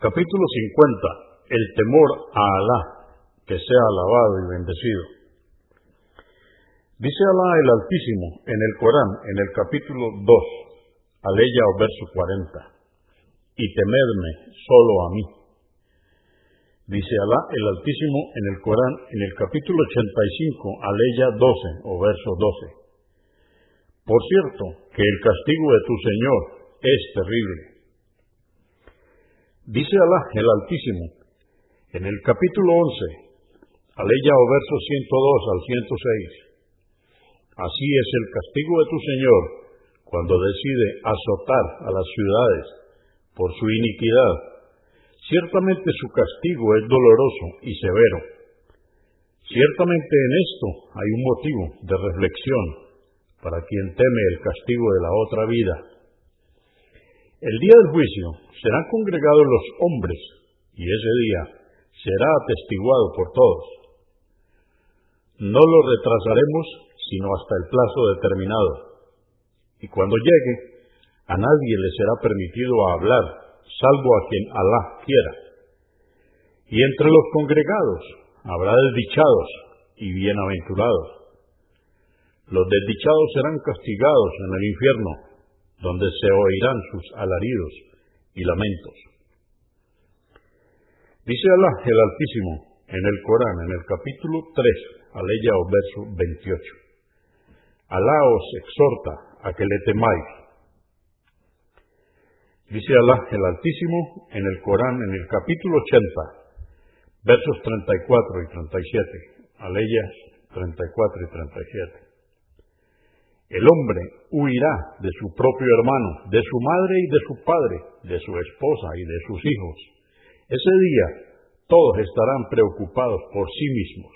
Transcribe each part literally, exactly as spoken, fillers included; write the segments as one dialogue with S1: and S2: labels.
S1: Capítulo cincuenta. El temor a Alá, que sea alabado y bendecido. Dice Alá el Altísimo en el Corán, en el capítulo dos, aleya o verso cuarenta, y temedme solo a mí. Dice Alá el Altísimo en el Corán, en el capítulo ochenta y cinco, aleya doce o verso doce. Por cierto, que el castigo de tu Señor es terrible. Dice Alá el Altísimo en el capítulo once, aleya o verso ciento dos al ciento seis. Así es el castigo de tu Señor cuando decide azotar a las ciudades por su iniquidad. Ciertamente su castigo es doloroso y severo. Ciertamente en esto hay un motivo de reflexión para quien teme el castigo de la otra vida. El día del juicio serán congregados los hombres, y ese día será atestiguado por todos. No lo retrasaremos sino hasta el plazo determinado, y cuando llegue, a nadie le será permitido hablar, salvo a quien Alá quiera. Y entre los congregados habrá desdichados y bienaventurados. Los desdichados serán castigados en el infierno, donde se oirán sus alaridos y lamentos. Dice Alá el Altísimo en el Corán, en el capítulo tres, aleya o verso veintiocho. Alá os exhorta a que le temáis. Dice Alá el Altísimo en el Corán, en el capítulo ochenta, versos treinta y cuatro y treinta y siete, aleya treinta y cuatro y treinta y siete. El hombre huirá de su propio hermano, de su madre y de su padre, de su esposa y de sus hijos. Ese día todos estarán preocupados por sí mismos.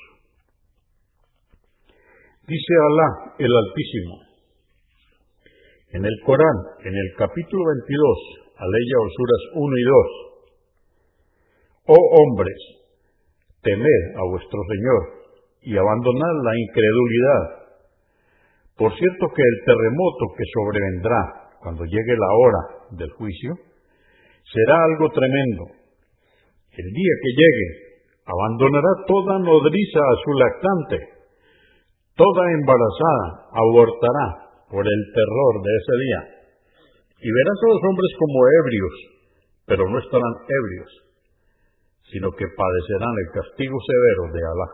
S1: Dice Alá el Altísimo en el Corán, en el capítulo veintidós, aleya o suras uno y dos. Oh hombres, temed a vuestro Señor y abandonad la incredulidad. Por cierto que el terremoto que sobrevendrá cuando llegue la hora del juicio será algo tremendo. El día que llegue, abandonará toda nodriza a su lactante, toda embarazada abortará por el terror de ese día. Y verás a los hombres como ebrios, pero no estarán ebrios, sino que padecerán el castigo severo de Alá.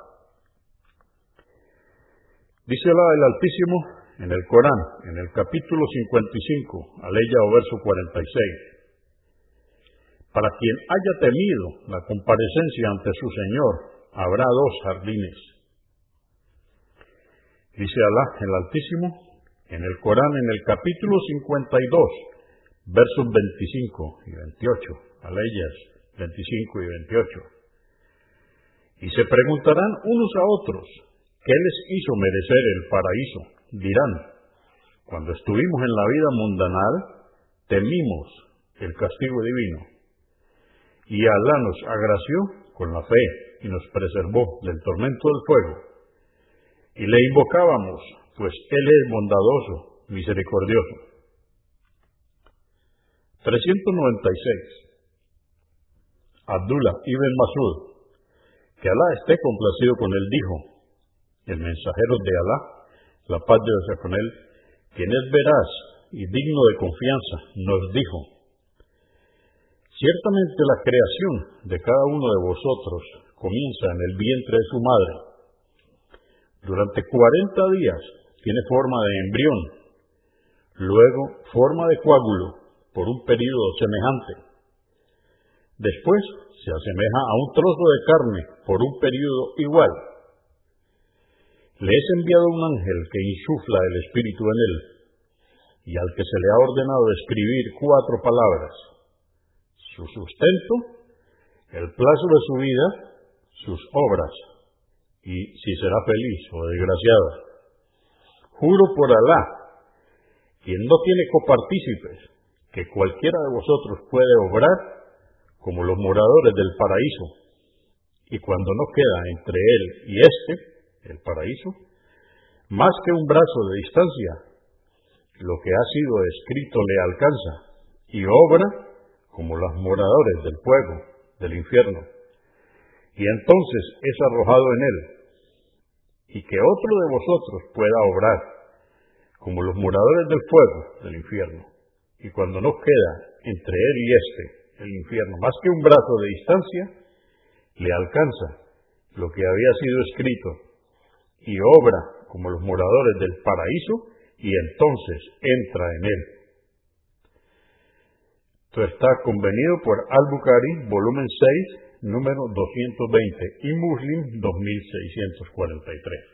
S1: Dice Alá el Altísimo en el Corán, en el capítulo cincuenta y cinco, aleya o verso cuarenta y seis. Para quien haya temido la comparecencia ante su Señor, habrá dos jardines. Dice Alá el Altísimo en el Corán, en el capítulo cincuenta y dos, versos veinticinco y veintiocho, aleyas veinticinco y veintiocho. Y se preguntarán unos a otros, ¿qué les hizo merecer el paraíso? Dirán, cuando estuvimos en la vida mundanal, temimos el castigo divino. Y Alá nos agració con la fe y nos preservó del tormento del fuego. Y le invocábamos, pues Él es bondadoso, misericordioso. trescientos noventa y seis. Abdullah ibn Mas'ud, que Alá esté complacido con él, dijo, el mensajero de Alá, la paz de Dios con él, quien es veraz y digno de confianza, nos dijo, ciertamente la creación de cada uno de vosotros comienza en el vientre de su madre. Durante cuarenta días tiene forma de embrión, luego forma de coágulo por un período semejante. Después se asemeja a un trozo de carne por un período igual. Le es enviado un ángel que insufla el espíritu en él, y al que se le ha ordenado escribir cuatro palabras: su sustento, el plazo de su vida, sus obras, y si será feliz o desgraciado. Juro por Alá, quien no tiene copartícipes, que cualquiera de vosotros puede obrar como los moradores del paraíso, y cuando no queda entre él y éste, el paraíso, más que un brazo de distancia, lo que ha sido escrito le alcanza, y obra como los moradores del fuego del infierno, y entonces es arrojado en él, y que otro de vosotros pueda obrar, como los moradores del fuego del infierno, y cuando no queda entre él y éste, el infierno, más que un brazo de distancia, le alcanza lo que había sido escrito, y obra como los moradores del paraíso, y entonces entra en él. Esto está convenido por Al-Bukhari, volumen seis, número doscientos veinte, y Muslim dos mil seiscientos cuarenta y tres.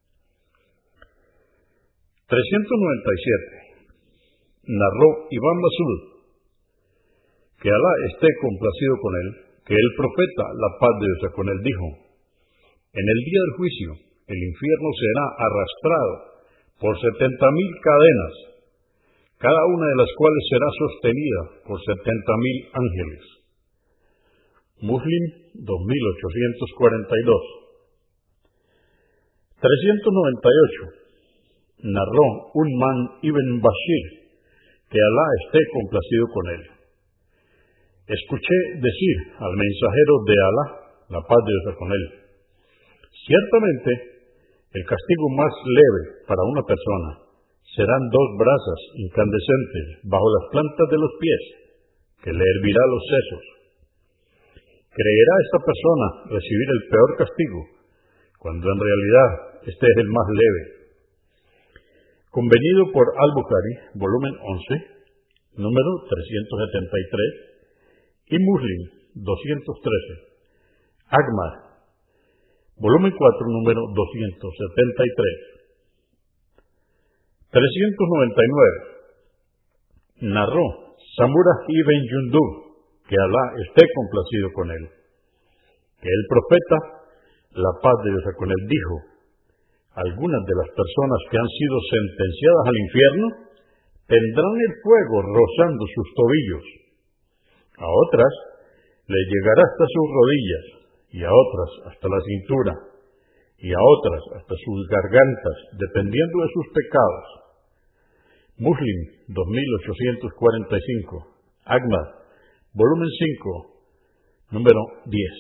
S1: trescientos noventa y siete. Narró Ibn Mas'ud, que Alá esté complacido con él, que el profeta, la paz de Dios con él, dijo: en el día del juicio, el infierno será arrastrado por setenta mil cadenas, cada una de las cuales será sostenida por setenta mil ángeles. Muslim dos mil ochocientos cuarenta y dos. trescientos noventa y ocho. Narró Unman ibn Bashir, que Alá esté complacido con él: escuché decir al mensajero de Alá, la paz de Dios con él: ciertamente, el castigo más leve para una persona serán dos brasas incandescentes bajo las plantas de los pies, que le hervirá los sesos. ¿Creerá esta persona recibir el peor castigo, cuando en realidad este es el más leve? Convenido por Al-Bukhari, volumen once, número trescientos setenta y tres, y Muslim doscientos trece. Ahmad, volumen cuatro, número doscientos setenta y tres. trescientos noventa y nueve. Narró Samurah ibn Jundub, que Alá esté complacido con él, que el profeta, la paz de Dios con él, dijo: algunas de las personas que han sido sentenciadas al infierno tendrán el fuego rozando sus tobillos, a otras les llegará hasta sus rodillas, y a otras hasta la cintura, y a otras hasta sus gargantas, dependiendo de sus pecados. Muslim dos mil ochocientos cuarenta y cinco. Ahmad, volumen cinco, número diez.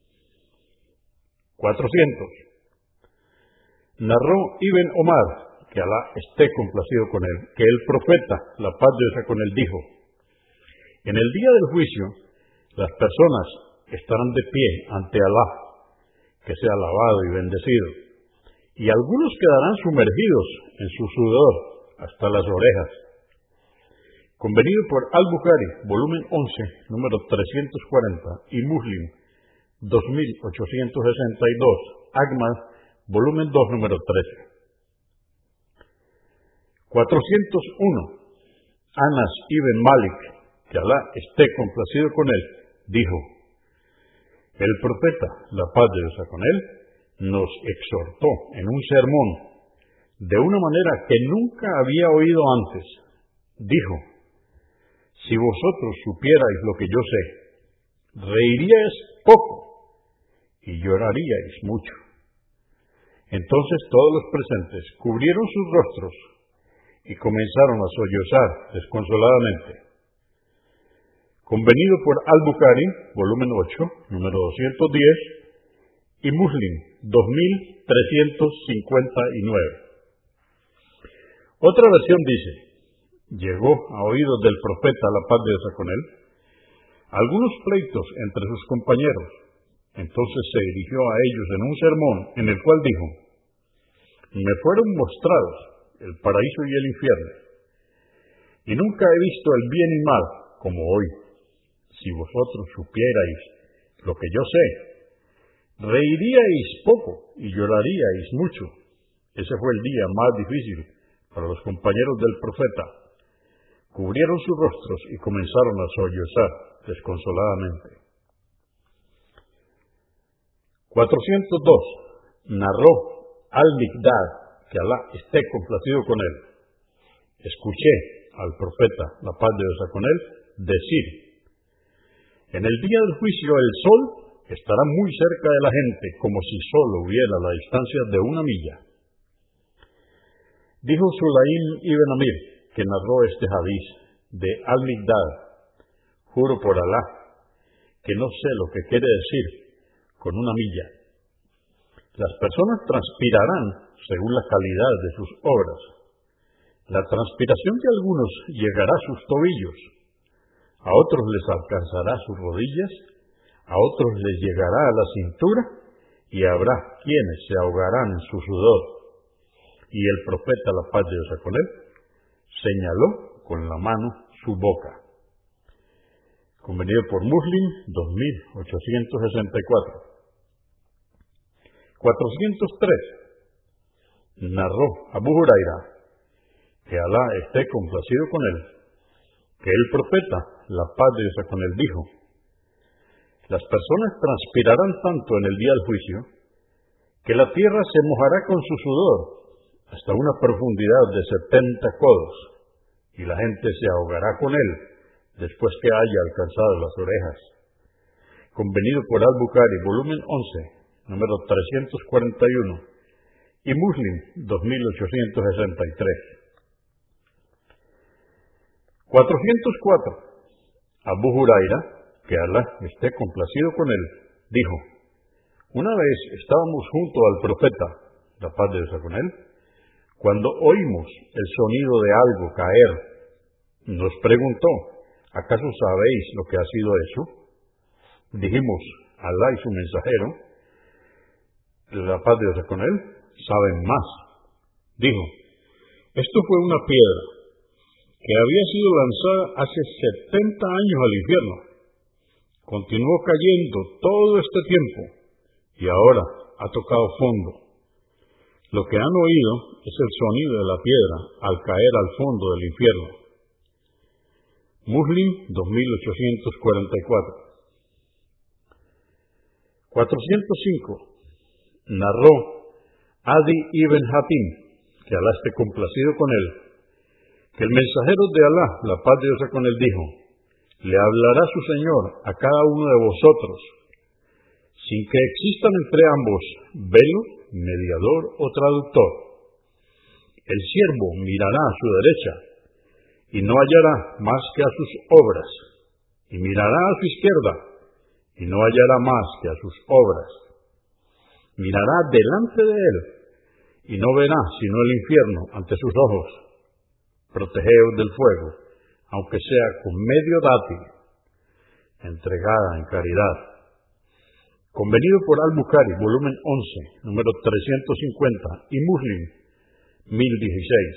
S1: cuatrocientos. Narró Ibn Omar, que Alá esté complacido con él, que el profeta, la paz de Dios con él, dijo: en el día del juicio, las personas estarán de pie ante Alá, que sea alabado y bendecido, y algunos quedarán sumergidos en su sudor hasta las orejas. Convenido por Al-Bukhari, volumen once, número trescientos cuarenta, y Muslim dos mil ochocientos sesenta y dos, Ahmad, volumen dos, número trece. cuatrocientos uno. Anas ibn Malik, que Alá esté complacido con él, dijo: el profeta, la paz de Dios con él, nos exhortó en un sermón de una manera que nunca había oído antes. Dijo: si vosotros supierais lo que yo sé, reiríais poco y lloraríais mucho. Entonces todos los presentes cubrieron sus rostros y comenzaron a sollozar desconsoladamente. Convenido por Al-Bukhari, volumen ocho, número doscientos diez, y Muslim dos mil trescientos cincuenta y nueve. Otra versión dice: llegó a oídos del profeta, la paz de Dios con él, algunos pleitos entre sus compañeros. Entonces se dirigió a ellos en un sermón en el cual dijo: me fueron mostrados el paraíso y el infierno, y nunca he visto el bien y mal como hoy. Si vosotros supierais lo que yo sé, reiríais poco y lloraríais mucho. Ese fue el día más difícil para los compañeros del profeta. Cubrieron sus rostros y comenzaron a sollozar desconsoladamente. cuatrocientos dos. Narró Al-Miqdad, que Alá esté complacido con él: escuché al profeta, la paz de Dios con él, decir: en el día del juicio el sol estará muy cerca de la gente, como si solo hubiera la distancia de una milla. Dijo Sulaim ibn Amir, que narró este hadiz de Al-Miqdad: Juro por Alá, que no sé lo que quiere decir con una milla. Las personas transpirarán según la calidad de sus obras. La transpiración de algunos llegará a sus tobillos, a otros les alcanzará sus rodillas, a otros les llegará a la cintura, y habrá quienes se ahogarán en su sudor. Y el profeta, la paz de Dios sea con él, señaló con la mano su boca. Convenido por Muslim, dos mil ochocientos sesenta y cuatro. cuatrocientos tres. Narró Abu Huraira, que Alá esté complacido con él, que el profeta, la paz de Dios sea con él, dijo: las personas transpirarán tanto en el día del juicio, que la tierra se mojará con su sudor hasta una profundidad de setenta codos, y la gente se ahogará con él después que haya alcanzado las orejas. Convenido por Al-Bukhari, volumen once, número trescientos cuarenta y uno, y Muslim, dos mil ochocientos sesenta y tres. cuatrocientos cuatro. Abu Huraira, que Alá esté complacido con él, dijo: una vez estábamos junto al profeta, la paz de Dios sea con él, cuando oímos el sonido de algo caer, nos preguntó: ¿acaso sabéis lo que ha sido eso? Dijimos: Alá y su mensajero, la paz de Dios sea con él, saben más. Dijo: esto fue una piedra que había sido lanzada hace setenta años al infierno. Continuó cayendo todo este tiempo y ahora ha tocado fondo. Lo que han oído es el sonido de la piedra al caer al fondo del infierno. Muslim, dos mil ochocientos cuarenta y cuatro. cuatrocientos cinco. Narró Adi ibn Hatim, que Alá esté complacido con él, que el mensajero de Alá, la paz de Dios sea con él, dijo: le hablará su Señor a cada uno de vosotros, sin que existan entre ambos velo, mediador o traductor. El siervo mirará a su derecha y no hallará más que a sus obras, y mirará a su izquierda y no hallará más que a sus obras. Mirará delante de él y no verá sino el infierno ante sus ojos. Protegeos del fuego, aunque sea con medio dátil, entregada en caridad. Convenido por Al-Bukhari, volumen once, número trescientos cincuenta, y Muslim, mil dieciséis.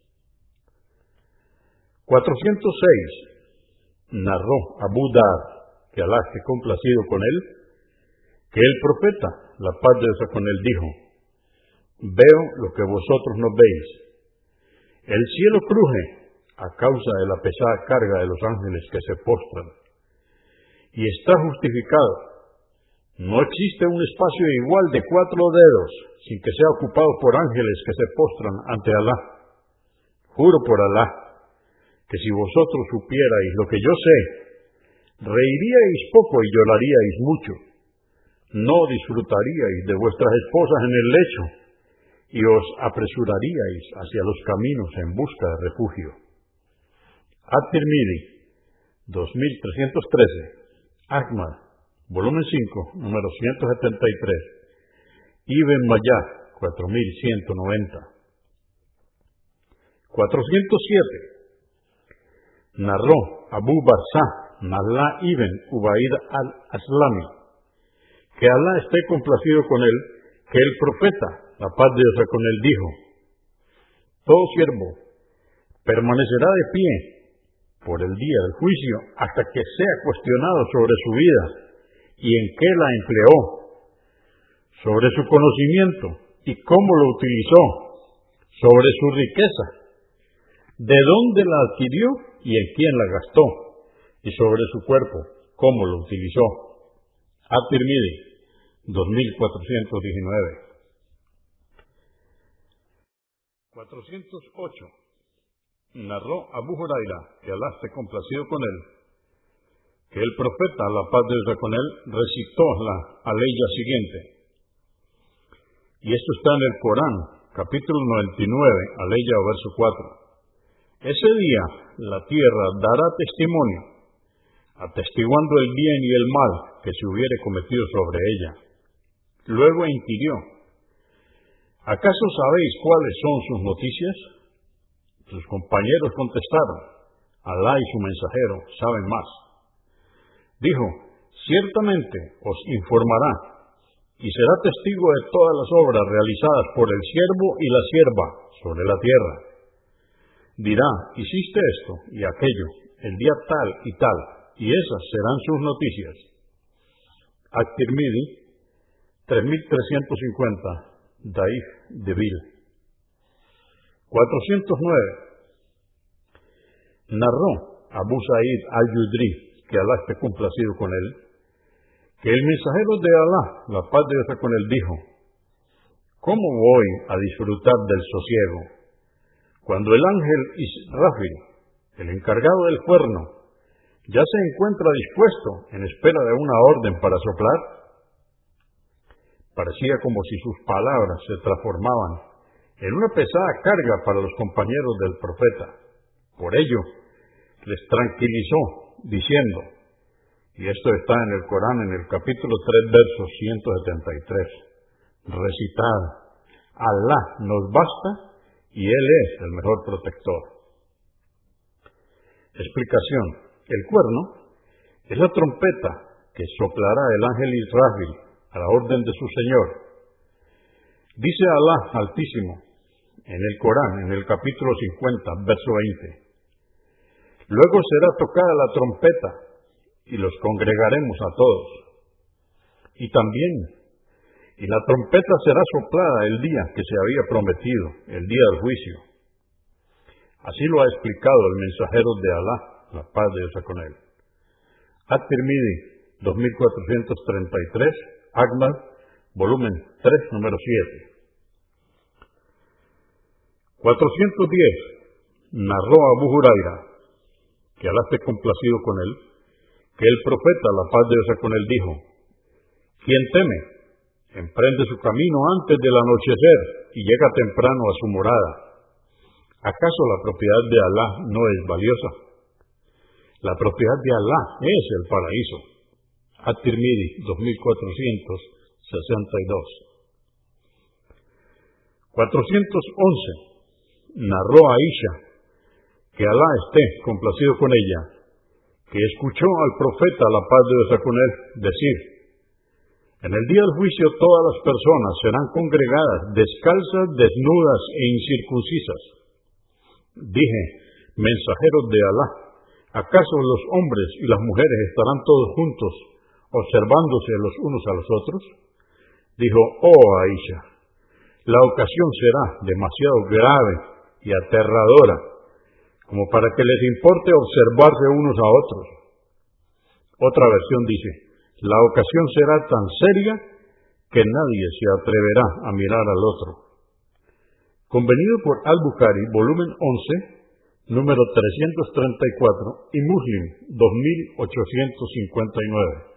S1: cuatrocientos seis. Narró Abu Dar, que Alá esté complacido con él, que el profeta, la paz de Dios sea con él, dijo: veo lo que vosotros no veis. El cielo cruje a causa de la pesada carga de los ángeles que se postran. Y está justificado. No existe un espacio igual de cuatro dedos sin que sea ocupado por ángeles que se postran ante Alá. Juro por Alá, que si vosotros supierais lo que yo sé, reiríais poco y lloraríais mucho. No disfrutaríais de vuestras esposas en el lecho y os apresuraríais hacia los caminos en busca de refugio. At-Tirmidhi, dos mil trescientos trece, Ahmad, volumen cinco, número ciento setenta y tres, Ibn Majah, cuatro mil ciento noventa. cuatrocientos siete. Narró Abu Barzah, Nalá ibn Ubaid al-Aslami, que Alá esté complacido con él, que el profeta, la paz de Dios sea con él, dijo: todo siervo permanecerá de pie por el día del juicio hasta que sea cuestionado sobre su vida y en qué la empleó, sobre su conocimiento y cómo lo utilizó, sobre su riqueza, de dónde la adquirió y en quién la gastó, y sobre su cuerpo, cómo lo utilizó. At-Tirmidhi, dos mil cuatrocientos diecinueve. cuatrocientos ocho. Narró Abu Huraira, que Alá esté complacido con él, que el profeta, la paz de Dios sea con él, recitó la aleya siguiente. Y esto está en el Corán, capítulo noventa y nueve, aleya o verso cuatro. Ese día la tierra dará testimonio atestiguando el bien y el mal que se hubiere cometido sobre ella. Luego inquirió: ¿acaso sabéis cuáles son sus noticias? Sus compañeros contestaron: Alá y su mensajero saben más. Dijo: ciertamente os informará y será testigo de todas las obras realizadas por el siervo y la sierva sobre la tierra. Dirá: hiciste esto y aquello, el día tal y tal, y esas serán sus noticias. At-Tirmidhi, tres mil trescientos cincuenta, Daif de Bil. cuatrocientos nueve. Narró Abu Sa'id al-Yudri, que Alá esté complacido con él, que el mensajero de Alá, la paz de Dios esté con él, dijo: ¿cómo voy a disfrutar del sosiego cuando el ángel Israfil, el encargado del cuerno, ya se encuentra dispuesto en espera de una orden para soplar? Parecía como si sus palabras se transformaban en una pesada carga para los compañeros del profeta. Por ello, les tranquilizó, diciendo, y esto está en el Corán, en el capítulo tres, verso ciento setenta y tres, recitad: Alá nos basta y Él es el mejor protector. Explicación: el cuerno es la trompeta que soplará el ángel Israfil a la orden de su Señor. Dice Alá Altísimo en el Corán, en el capítulo cincuenta, verso veinte: luego será tocada la trompeta y los congregaremos a todos. Y también, y la trompeta será soplada el día que se había prometido, el día del juicio. Así lo ha explicado el mensajero de Alá, la paz de Dios sea con él. At-Tirmidhi, dos mil cuatrocientos treinta y tres, Ahmad, volumen tres, número siete. cuatrocientos diez. Narró Abu Huraira, que Alá esté complacido con él, que el profeta, la paz de Dios sea con él, dijo: quien teme, emprende su camino antes del anochecer y llega temprano a su morada. ¿Acaso la propiedad de Alá no es valiosa? La propiedad de Alá es el paraíso. At-Tirmidhi, dos mil cuatrocientos sesenta y dos. cuatrocientos once. Narró Aisha, que Alá esté complacido con ella, que escuchó al profeta, la paz de Dios sea con él, decir: en el día del juicio todas las personas serán congregadas, descalzas, desnudas e incircuncisas. Dije: mensajeros de Alá, ¿acaso los hombres y las mujeres estarán todos juntos, observándose los unos a los otros? Dijo: oh Aisha, la ocasión será demasiado grave y aterradora como para que les importe observarse unos a otros. Otra versión dice: la ocasión será tan seria que nadie se atreverá a mirar al otro. Convenido por Al-Bukhari, volumen once, número trescientos treinta y cuatro, y Muslim, dos mil ochocientos cincuenta y nueve.